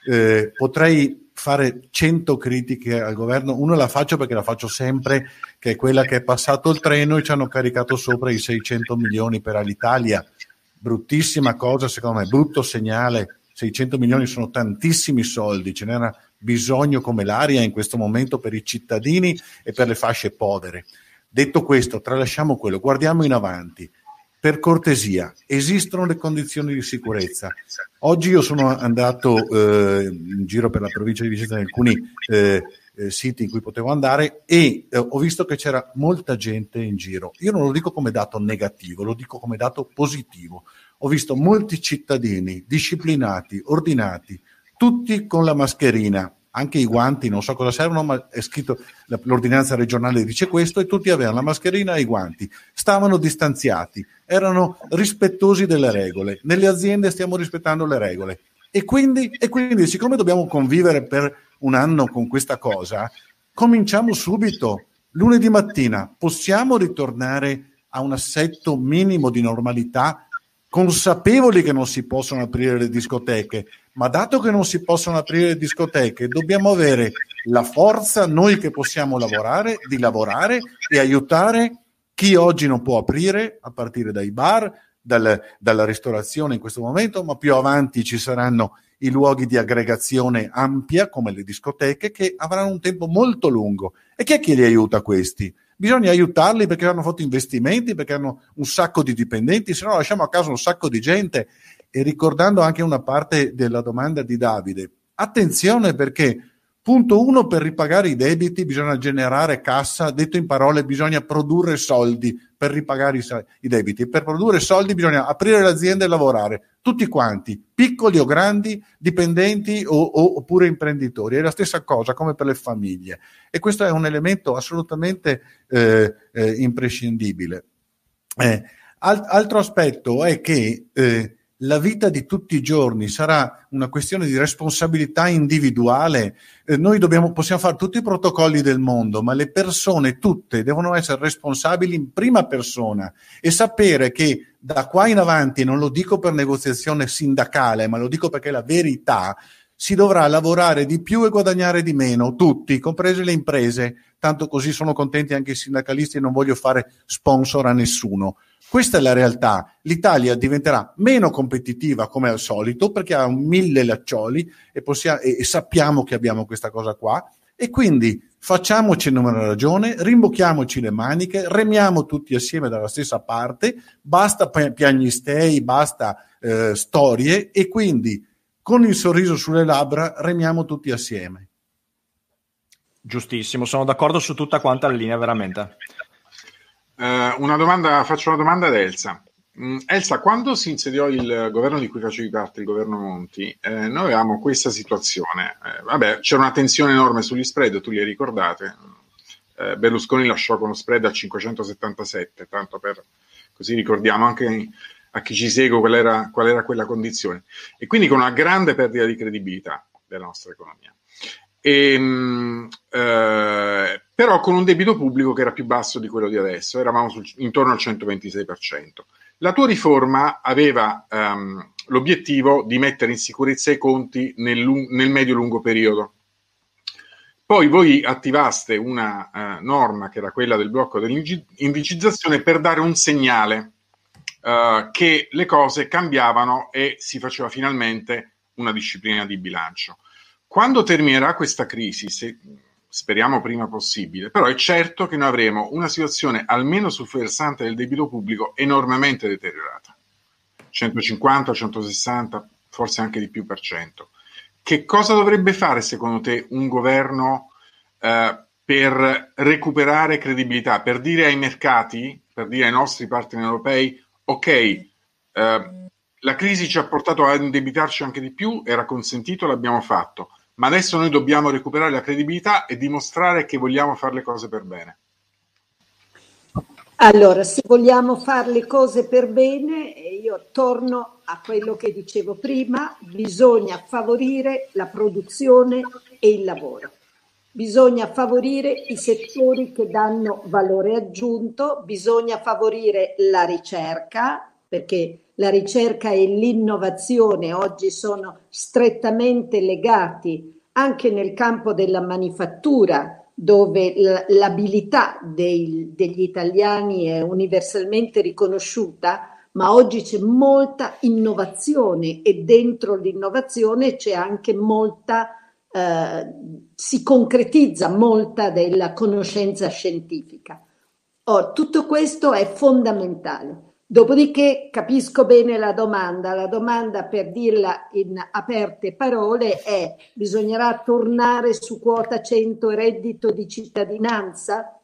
eh, potrei fare cento critiche al governo, una la faccio perché la faccio sempre, che è quella che è passato il treno e ci hanno caricato sopra i seicento milioni per Alitalia. Bruttissima cosa, secondo me, brutto segnale. seicento milioni sono tantissimi soldi, ce n'era bisogno come l'aria in questo momento per i cittadini e per le fasce povere. Detto questo, tralasciamo quello, guardiamo in avanti. Per cortesia, esistono le condizioni di sicurezza. Oggi io sono andato eh, in giro per la provincia di Vicenza in alcuni eh, eh, siti in cui potevo andare e eh, ho visto che c'era molta gente in giro. Io non lo dico come dato negativo, lo dico come dato positivo. Ho visto molti cittadini disciplinati, ordinati, tutti con la mascherina, anche i guanti, non so cosa servono, ma è scritto, l'ordinanza regionale dice questo, e tutti avevano la mascherina e i guanti, stavano distanziati, erano rispettosi delle regole. Nelle aziende stiamo rispettando le regole. E quindi, e quindi siccome dobbiamo convivere per un anno con questa cosa, cominciamo subito. Lunedì mattina possiamo ritornare a un assetto minimo di normalità, consapevoli che non si possono aprire le discoteche, ma dato che non si possono aprire le discoteche, dobbiamo avere la forza, noi che possiamo lavorare, di lavorare e aiutare chi oggi non può aprire, a partire dai bar, dal, dalla ristorazione in questo momento, ma più avanti ci saranno i luoghi di aggregazione ampia, come le discoteche, che avranno un tempo molto lungo. E chi è che li aiuta questi? Bisogna aiutarli perché hanno fatto investimenti, perché hanno un sacco di dipendenti, se no lasciamo a casa un sacco di gente. E ricordando anche una parte della domanda di Davide, attenzione perché, punto uno, per ripagare i debiti bisogna generare cassa, detto in parole bisogna produrre soldi per ripagare i, i debiti. Per produrre soldi bisogna aprire l'azienda e lavorare, tutti quanti, piccoli o grandi, dipendenti o, o, oppure imprenditori. È la stessa cosa come per le famiglie. E questo è un elemento assolutamente eh, eh, imprescindibile. Eh, alt- altro aspetto è che eh, la vita di tutti i giorni sarà una questione di responsabilità individuale. Eh, noi dobbiamo, possiamo fare tutti i protocolli del mondo, ma le persone tutte devono essere responsabili in prima persona e sapere che da qua in avanti, non lo dico per negoziazione sindacale, ma lo dico perché è la verità, si dovrà lavorare di più e guadagnare di meno, tutti, comprese le imprese. Tanto così sono contenti anche i sindacalisti e non voglio fare sponsor a nessuno. Questa è la realtà. L'Italia diventerà meno competitiva come al solito perché ha un mille laccioli e, possiamo, e, e sappiamo che abbiamo questa cosa qua, e quindi facciamoci una ragione, rimbocchiamoci le maniche, remiamo tutti assieme dalla stessa parte, basta piagnistei, basta eh, storie, e quindi con il sorriso sulle labbra remiamo tutti assieme. Giustissimo, sono d'accordo su tutta quanta la linea, veramente. Uh, una domanda, faccio una domanda ad Elsa. Mm, Elsa, quando si insediò il governo di cui facevi parte, il governo Monti, eh, noi avevamo questa situazione. Eh, vabbè, c'era una tensione enorme sugli spread, tu li hai ricordate. Eh, Berlusconi lasciò con lo spread a cinquecentosettantasette, tanto per così ricordiamo anche a chi ci segue qual era, qual era quella condizione. E quindi con una grande perdita di credibilità della nostra economia. E, eh, però con un debito pubblico che era più basso di quello di adesso, eravamo sul, intorno al centoventisei per cento. La tua riforma aveva um, l'obiettivo di mettere in sicurezza i conti nel, nel medio-lungo periodo. Poi voi attivaste una uh, norma che era quella del blocco dell'indicizzazione per dare un segnale uh, che le cose cambiavano e si faceva finalmente una disciplina di bilancio. Quando terminerà questa crisi, se, speriamo prima possibile, però è certo che noi avremo una situazione, almeno sul versante del debito pubblico, enormemente deteriorata. centocinquanta, centosessanta, forse anche di più per cento. Che cosa dovrebbe fare, secondo te, un governo eh, per recuperare credibilità, per dire ai mercati, per dire ai nostri partner europei, ok, eh, la crisi ci ha portato a indebitarci anche di più, era consentito, l'abbiamo fatto. Ma adesso noi dobbiamo recuperare la credibilità e dimostrare che vogliamo fare le cose per bene. Allora, se vogliamo fare le cose per bene, io torno a quello che dicevo prima, bisogna favorire la produzione e il lavoro. Bisogna favorire i settori che danno valore aggiunto, bisogna favorire la ricerca, perché la ricerca e l'innovazione oggi sono strettamente legati anche nel campo della manifattura, dove l'abilità dei, degli italiani è universalmente riconosciuta, ma oggi c'è molta innovazione e dentro l'innovazione c'è anche molta, eh, si concretizza molta della conoscenza scientifica. Oh, tutto questo è fondamentale. Dopodiché capisco bene la domanda. La domanda, per dirla in aperte parole, è: bisognerà tornare su quota cento e reddito di cittadinanza?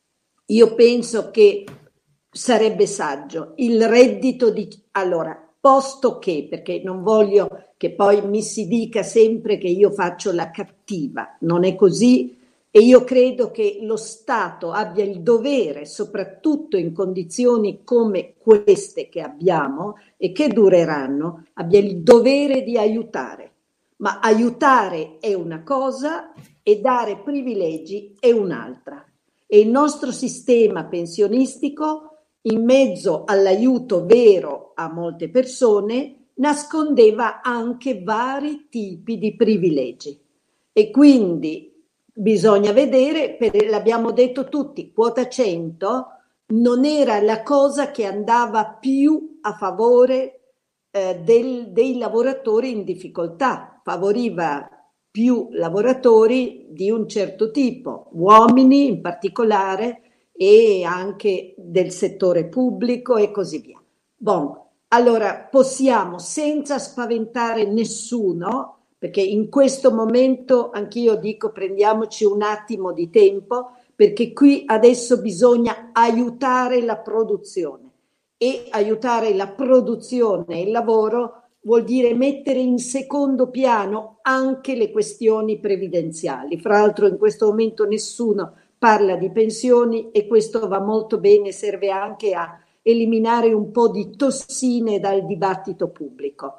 Io penso che sarebbe saggio. Il reddito di... Allora, posto che, perché non voglio che poi mi si dica sempre che io faccio la cattiva, non è così. E io credo che lo Stato abbia il dovere, soprattutto in condizioni come queste che abbiamo e che dureranno, abbia il dovere di aiutare. Ma aiutare è una cosa e dare privilegi è un'altra. E il nostro sistema pensionistico, in mezzo all'aiuto vero a molte persone, nascondeva anche vari tipi di privilegi. E quindi bisogna vedere, per, l'abbiamo detto tutti, quota cento non era la cosa che andava più a favore eh, del, dei lavoratori in difficoltà, favoriva più lavoratori di un certo tipo, uomini in particolare e anche del settore pubblico e così via. Bon, allora possiamo, senza spaventare nessuno, perché in questo momento anch'io dico prendiamoci un attimo di tempo, perché qui adesso bisogna aiutare la produzione, e aiutare la produzione e il lavoro vuol dire mettere in secondo piano anche le questioni previdenziali. Fra l'altro in questo momento nessuno parla di pensioni e questo va molto bene, serve anche a eliminare un po' di tossine dal dibattito pubblico.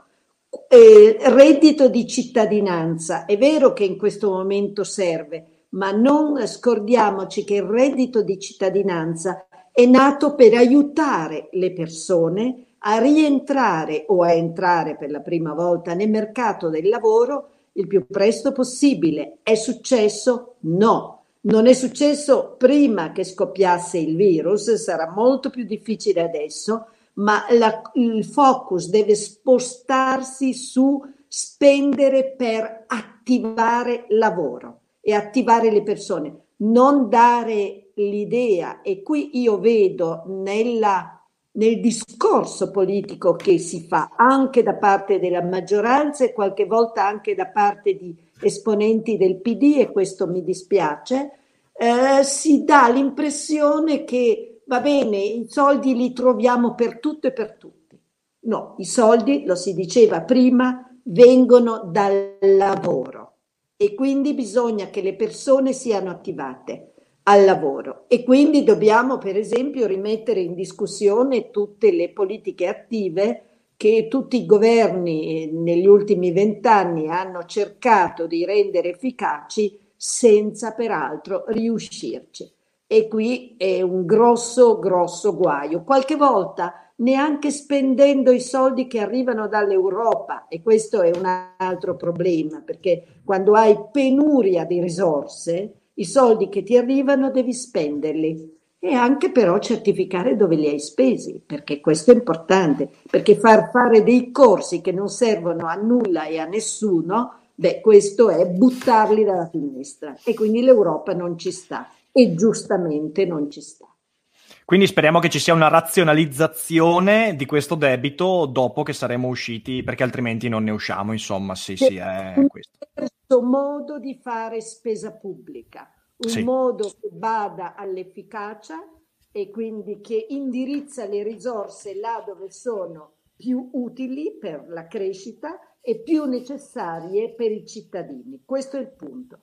Eh, reddito di cittadinanza, è vero che in questo momento serve, ma non scordiamoci che il reddito di cittadinanza è nato per aiutare le persone a rientrare o a entrare per la prima volta nel mercato del lavoro il più presto possibile. È successo? No. Non è successo prima che scoppiasse il virus, sarà molto più difficile adesso, ma la, il focus deve spostarsi su spendere per attivare lavoro e attivare le persone, non dare l'idea, e qui io vedo nella, nel discorso politico che si fa anche da parte della maggioranza e qualche volta anche da parte di esponenti del P D, e questo mi dispiace, eh, si dà l'impressione che va bene, i soldi li troviamo per tutto e per tutti. No, i soldi, lo si diceva prima, vengono dal lavoro e quindi bisogna che le persone siano attivate al lavoro, e quindi dobbiamo per esempio rimettere in discussione tutte le politiche attive che tutti i governi negli ultimi vent'anni hanno cercato di rendere efficaci senza peraltro riuscirci. E qui è un grosso, grosso guaio. Qualche volta neanche spendendo i soldi che arrivano dall'Europa, e questo è un altro problema, perché quando hai penuria di risorse, i soldi che ti arrivano devi spenderli. E anche però certificare dove li hai spesi, perché questo è importante, perché far fare dei corsi che non servono a nulla e a nessuno, beh, questo è buttarli dalla finestra, e quindi l'Europa non ci sta, e giustamente non ci sta. Quindi speriamo che ci sia una razionalizzazione di questo debito dopo che saremo usciti, perché altrimenti non ne usciamo, insomma, sì, C'è sì, è un questo. diverso modo di fare spesa pubblica, un Sì. modo che bada all'efficacia e quindi che indirizza le risorse là dove sono più utili per la crescita e più necessarie per i cittadini. Questo è il punto.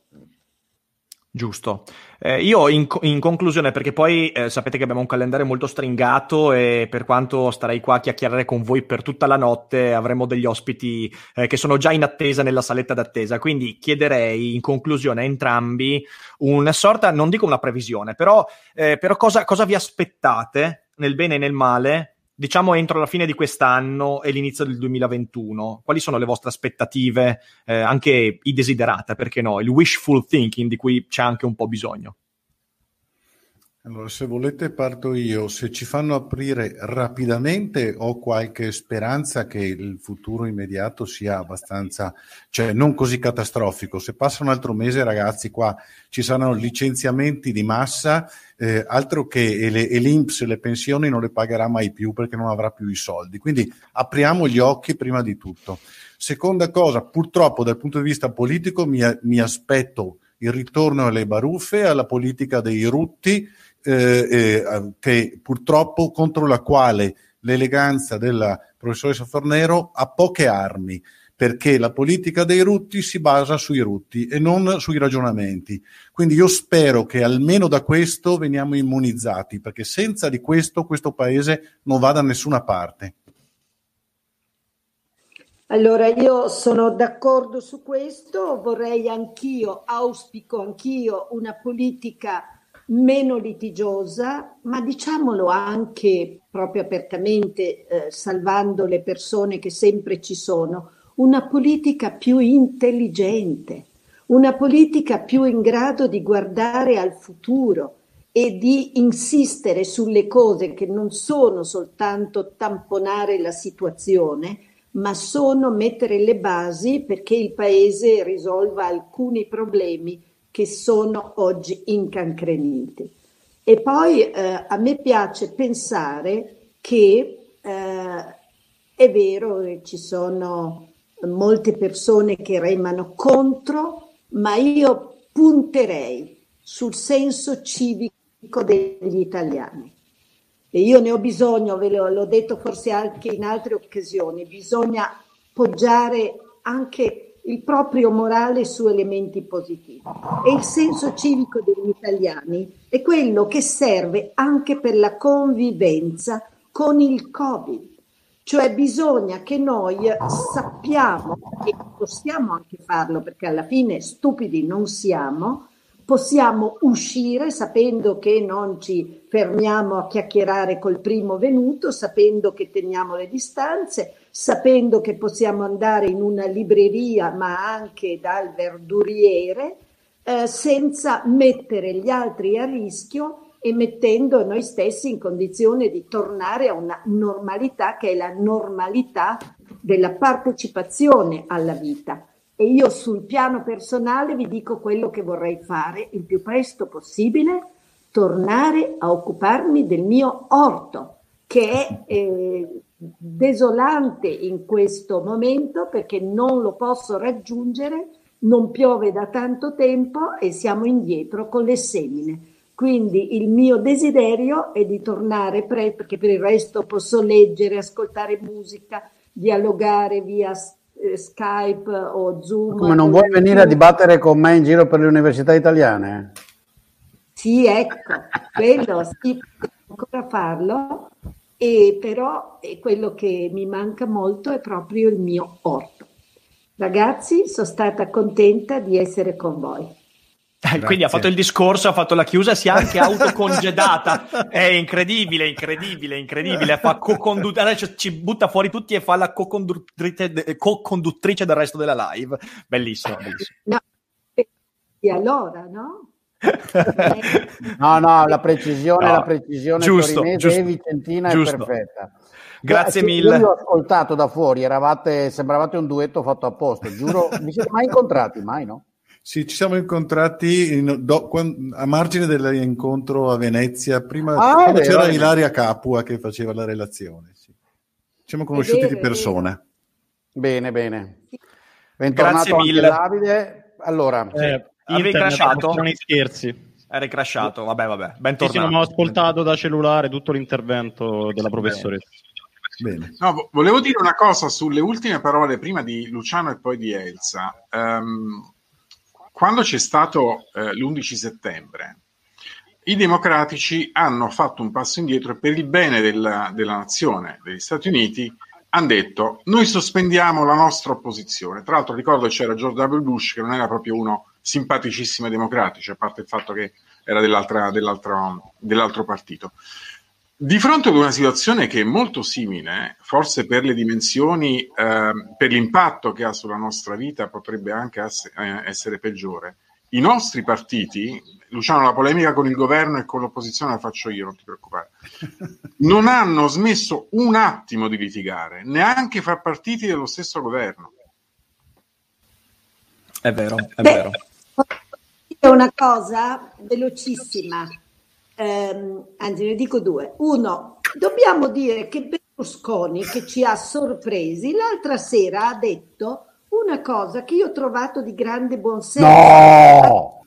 Giusto. Eh, io in, in conclusione, perché poi eh, sapete che abbiamo un calendario molto stringato e per quanto starei qua a chiacchierare con voi per tutta la notte, avremo degli ospiti eh, che sono già in attesa nella saletta d'attesa, quindi chiederei in conclusione a entrambi una sorta, non dico una previsione, però, eh, però cosa, cosa vi aspettate nel bene e nel male diciamo entro la fine di quest'anno e l'inizio del duemilaventuno, quali sono le vostre aspettative, eh, anche i desiderata, perché no, il wishful thinking di cui c'è anche un po' bisogno? Allora, se volete parto io. Se ci fanno aprire rapidamente, ho qualche speranza che il futuro immediato sia abbastanza, cioè non così catastrofico. Se passa un altro mese, ragazzi, qua ci saranno licenziamenti di massa, eh, altro che e, le, e l'I N P S le pensioni non le pagherà mai più perché non avrà più i soldi. Quindi apriamo gli occhi prima di tutto. Seconda cosa, purtroppo dal punto di vista politico mi, mi aspetto il ritorno alle baruffe, alla politica dei rutti, Eh, eh, che purtroppo contro la quale l'eleganza della professoressa Fornero ha poche armi, perché la politica dei rutti si basa sui rutti e non sui ragionamenti. Quindi io spero che almeno da questo veniamo immunizzati, perché senza di questo questo paese non va da nessuna parte. Allora, io sono d'accordo su questo, vorrei anch'io, auspico anch'io una politica meno litigiosa, ma diciamolo anche proprio apertamente, eh, salvando le persone che sempre ci sono, una politica più intelligente, una politica più in grado di guardare al futuro e di insistere sulle cose che non sono soltanto tamponare la situazione, ma sono mettere le basi perché il Paese risolva alcuni problemi che sono oggi incancreniti. E poi eh, a me piace pensare che eh, è vero che ci sono molte persone che remano contro, ma io punterei sul senso civico degli italiani. E io ne ho bisogno, ve l'ho, l'ho detto forse anche in altre occasioni, bisogna poggiare anche il proprio morale su elementi positivi. E il senso civico degli italiani è quello che serve anche per la convivenza con il Covid. Cioè bisogna che noi sappiamo, e possiamo anche farlo perché alla fine stupidi non siamo, possiamo uscire sapendo che non ci fermiamo a chiacchierare col primo venuto, sapendo che teniamo le distanze, sapendo che possiamo andare in una libreria ma anche dal verduriere, eh, senza mettere gli altri a rischio e mettendo noi stessi in condizione di tornare a una normalità che è la normalità della partecipazione alla vita. E io sul piano personale vi dico quello che vorrei fare il più presto possibile, tornare a occuparmi del mio orto, che è eh, desolante in questo momento perché non lo posso raggiungere, non piove da tanto tempo e siamo indietro con le semine. Quindi il mio desiderio è di tornare, pre- perché per il resto posso leggere, ascoltare musica, dialogare via Skype o Zoom. Come non vuoi venire a dibattere con me in giro per le università italiane? Sì, ecco, quello sì, ancora farlo, e però è quello che mi manca molto è proprio il mio orto. Ragazzi, sono stata contenta di essere con voi. Grazie. Quindi ha fatto il discorso, ha fatto la chiusa, si è anche autocongedata. È incredibile, incredibile, incredibile. Fa co-conduttrice, cioè, ci butta fuori tutti e fa la co-conduttrice, co-conduttrice del resto della live. Bellissimo, bellissimo. No, e allora, no? No, no, la precisione, no. la precisione Giusto, torinese giusto, e vicentina giusto. è perfetta. Grazie Io, mille. Io vi ho ascoltato da fuori, eravate, sembravate un duetto fatto apposta, giuro. Vi siete mai incontrati? Mai, no? Sì, ci siamo incontrati in, do, quando, a margine dell'incontro a Venezia, prima ah, quando vero, c'era vero. Ilaria Capua che faceva la relazione. Sì. Ci siamo conosciuti vero, di persona. Bene, bene. Bentornato Grazie mille. anche Davide. Allora, Eh, Avevi internet, crashato? sono i scherzi. Eri crashato, vabbè, vabbè. Sì, Bentornato. sì, non ho ascoltato da cellulare tutto l'intervento della professoressa. Bene. No, volevo dire una cosa sulle ultime parole prima di Luciano e poi di Elsa. Um, quando c'è stato eh, l'undici settembre, i democratici hanno fatto un passo indietro e per il bene della, della nazione, degli Stati Uniti, hanno detto noi sospendiamo la nostra opposizione. Tra l'altro ricordo che c'era George W. Bush che non era proprio uno simpaticissimo ai democratici, a parte il fatto che era dell'altra, dell'altro, dell'altro partito. Di fronte ad una situazione che è molto simile, forse per le dimensioni, eh, per l'impatto che ha sulla nostra vita, potrebbe anche ass- eh, essere peggiore. I nostri partiti, Luciano, la polemica con il governo e con l'opposizione la faccio io, non ti preoccupare, non hanno smesso un attimo di litigare, neanche fra partiti dello stesso governo. È vero, è Beh, vero. È una cosa velocissima. Um, anzi, ne dico due. Uno, dobbiamo dire che Berlusconi, che ci ha sorpresi, l'altra sera ha detto una cosa che io ho trovato di grande buonsenso. No!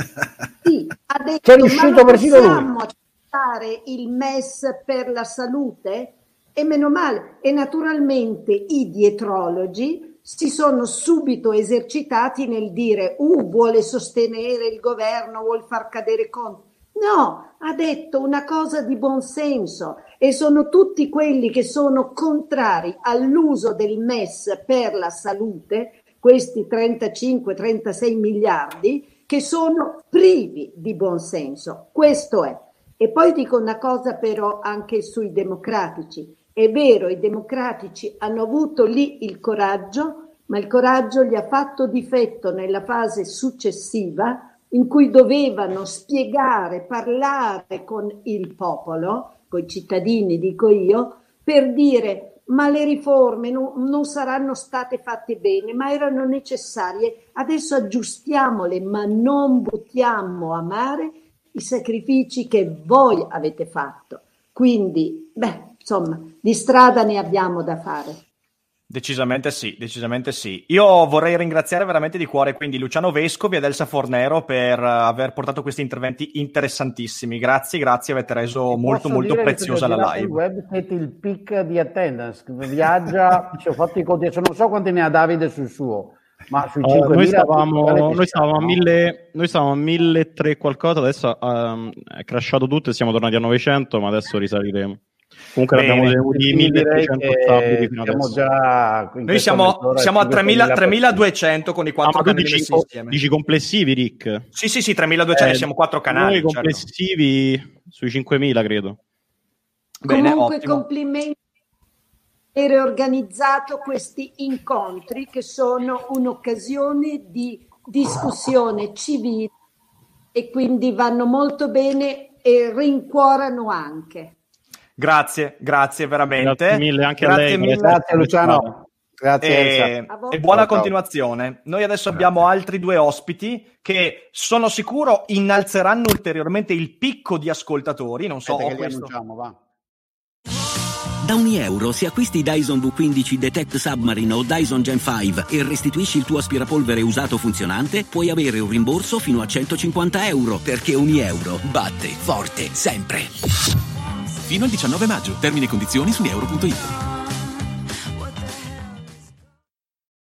Sì, ha detto, C'è riuscito ma non persino lui. possiamo accettare il M E S per la salute? E meno male. E naturalmente i dietrologi si sono subito esercitati nel dire uh, vuole sostenere il governo, vuole far cadere Conte. No, ha detto una cosa di buonsenso e sono tutti quelli che sono contrari all'uso del M E S per la salute, questi trentacinque trentasei miliardi, che sono privi di buonsenso. Questo è. E poi dico una cosa però anche sui democratici. È vero, i democratici hanno avuto lì il coraggio, ma il coraggio gli ha fatto difetto nella fase successiva, in cui dovevano spiegare, parlare con il popolo, con i cittadini dico io, per dire ma le riforme non, non saranno state fatte bene, ma erano necessarie, adesso aggiustiamole, ma non buttiamo a mare i sacrifici che voi avete fatto. Quindi, beh, insomma, di strada ne abbiamo da fare. Decisamente sì, decisamente sì. Io vorrei ringraziare veramente di cuore quindi Luciano Vescovi ed Elsa Fornero per uh, aver portato questi interventi interessantissimi. Grazie, grazie, avete reso molto molto preziosa la live. Il web siete il peak di attendance, viaggia, ci ho fatto i conti, adesso non so quanti ne ha Davide sul suo, ma sui uh, noi stavamo, noi stavamo a no? mille, noi stavamo a milletrecento qualcosa, adesso um, è crashato tutto e siamo tornati a novecento, ma adesso risaliremo. Comunque Bene, abbiamo avuti milletrecento stabili fino adesso. Già Noi siamo, siamo a tremiladuecento con i quattro ah, canali dici, messi insieme. Dici complessivi, Rick? Sì, sì, sì, tremiladuecento, eh, siamo quattro canali. Noi complessivi certo. Sui cinquemila, credo. Bene, comunque ottimo. Complimenti per aver organizzato questi incontri che sono un'occasione di discussione civile e quindi vanno molto bene e rincuorano anche. Grazie, grazie veramente. Grazie mille anche grazie a lei. Mille. Grazie Luciano. Grazie e, Elsa. e buona ciao, continuazione. Noi adesso grazie. abbiamo altri due ospiti che sono sicuro innalzeranno ulteriormente il picco di ascoltatori. Non so, che questo... annunciamo, va. Da ogni euro, se acquisti Dyson V quindici Detect Submarine o Dyson Gen cinque e restituisci il tuo aspirapolvere usato funzionante, puoi avere un rimborso fino a centocinquanta euro, perché ogni euro batte forte sempre. Fino al diciannove maggio. Termini e condizioni su euro punto it.